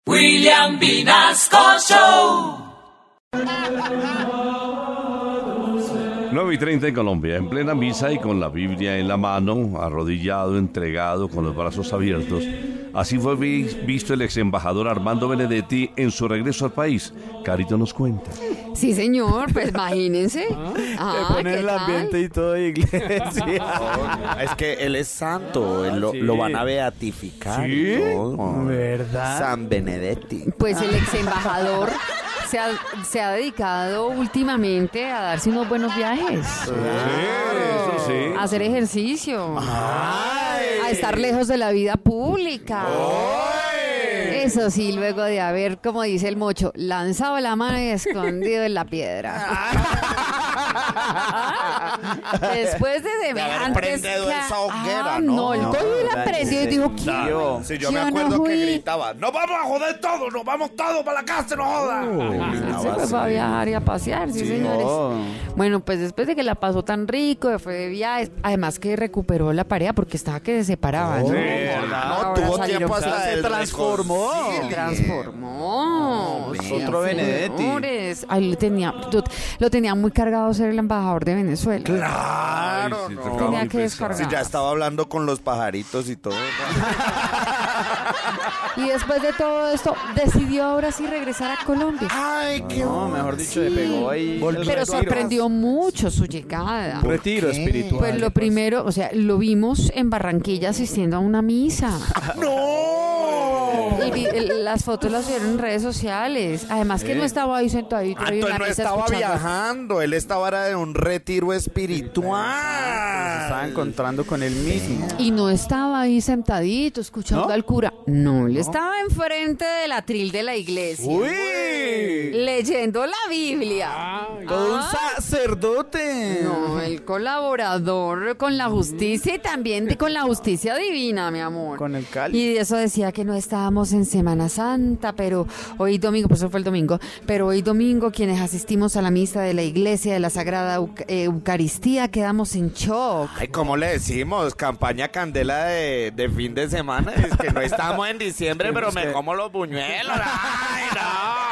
William Vinasco Show. 9:30 en Colombia, en plena misa y con la Biblia en la mano, arrodillado, entregado, con los brazos abiertos. Así fue visto el ex embajador Armando Benedetti en su regreso al país. Carito nos cuenta. Sí, señor, pues imagínense. Le ponen el ambiente y todo de iglesia. Es que él es santo, lo van a beatificar. ¿Sí? Y todo. ¿Verdad? San Benedetti. Pues el ex embajador se ha dedicado últimamente a darse unos buenos viajes, Eso sí. a hacer ejercicio, Ay. a estar lejos de la vida pública. Eso sí, luego de haber, como dice el mocho, lanzado la mano y escondido en la piedra. Después de semejantes... prendido esa hoguera, ¿no? No, el coño la prendió y dijo, Tío, si yo me acuerdo que gritaba, ¡nos vamos a joder todos! ¡Nos vamos todos para la casa, no jodas! se fue a viajar y a pasear, sí, señores. Bueno, pues después de que la pasó tan rico, fue de viajes, además que recuperó la pareja porque estaba que se separaban. ¿no? No, Ahora tuvo salieron- tiempo hasta se el transformó. Se transformó. Sí, Otro Benedetti. señores. Ay, lo tenía muy cargado ser el embajador de Venezuela. Claro, Ay, sí, no. tocaba Tenía muy que pesado. descargar. Sí, ya estaba hablando con los pajaritos y todo. Y después de todo esto, decidió ahora sí regresar a Colombia. Ay, qué No, mejor dicho, le pegó ahí. el Pero retiro. sorprendió mucho su llegada. Un retiro espiritual. Pues lo primero, o sea, lo vimos en Barranquilla asistiendo a una misa. ¡No! Las fotos las vieron en redes sociales. Además que no estaba ahí sentadito. ahí en Entonces la no mesa estaba escuchando. viajando, él estaba era de un retiro Se espiritual. estaba encontrando con él mismo. Y no estaba ahí sentadito escuchando ¿No? al cura. No, él estaba enfrente del atril de la iglesia. ¡Uy! Leyendo la Biblia. Todo un Ah. sacerdote. No, el colaborador con la justicia y también con la justicia divina, mi amor. Con el cáliz. Y de eso decía que no estábamos en Semana Santa, pero hoy domingo, pues eso fue el domingo, pero hoy domingo quienes asistimos a la misa de la iglesia de la Sagrada Eucaristía quedamos en shock. Ay, ¿cómo le decimos? Campaña candela de fin de semana. Es que no estamos en diciembre, pero me como los buñuelos. ¡Ay, no!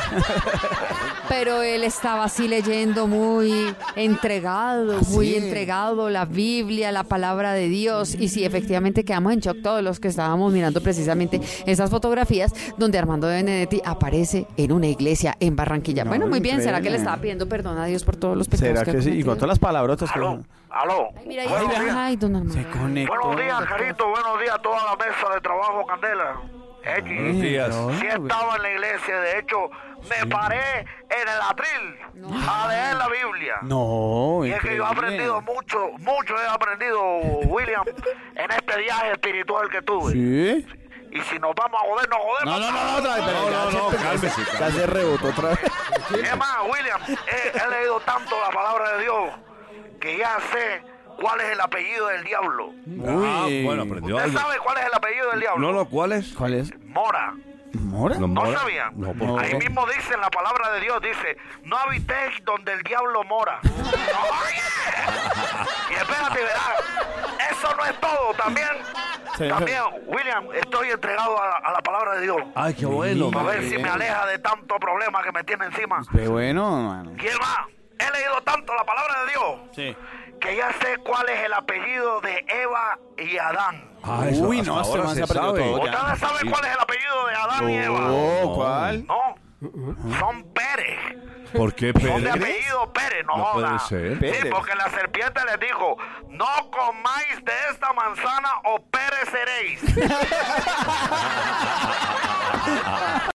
Pero él estaba así leyendo muy entregado, muy entregado la Biblia, la palabra de Dios. Y sí, efectivamente quedamos en shock todos los que estábamos mirando precisamente esas fotografías donde Armando Benedetti aparece en una iglesia en Barranquilla. No, Bueno, muy bien, ¿será que le increíble. estaba pidiendo perdón a Dios por todos los pecados ¿Será que ha que sí? Y cometido? con todas las palabrotas. Aló, aló. Ay, mira, Buenos ahí días. ay, don Armando. Se conectó. Buenos días, Carito. Buenos días a toda la mesa de trabajo, Candela. Buenos días. Sí estaba en la iglesia. De hecho, me paré en el atril a leer la Biblia. No, Y es que yo he aprendido mucho he aprendido, William, en este viaje espiritual que tuve. ¿Sí? Y si nos vamos a joder, nos jodemos. No, otra vez. No, cálmese. Ya se rebotó otra vez. Es más, William, he leído tanto la palabra de Dios que ya sé cuál es el apellido del diablo. Bueno, aprendió ¿Usted algo. sabe cuál es el apellido del diablo? No, ¿cuál es? ¿Cuál es? Mora. ¿Mora? No, ¿No Mora. sabían? No, ¿por Ahí qué? mismo dice en la palabra de Dios, dice, no habitéis donde el diablo mora. ¡Oye! Y espérate, verás, eso no es todo, también, William, estoy entregado a la palabra de Dios. Ay, qué bueno. A ver si me aleja de tanto problema que me tiene encima. Qué bueno, mano. ¿Quién más? He leído tanto la palabra de Dios Sí. que ya sé cuál es el apellido de Eva y Adán. Ah, eso Uy, hasta no, este ahora man se se aprendió sabe. todo. Ya. ¿Ustedes saben cuál es el apellido de Adán y Eva? Oh, ¿cuál? No, son Pérez. ¿Por qué Son de Pérez? apellido Pérez, no No puede joda. ser. Sí, Pérez. porque la serpiente les dijo, no comáis de esta manzana o pereceréis.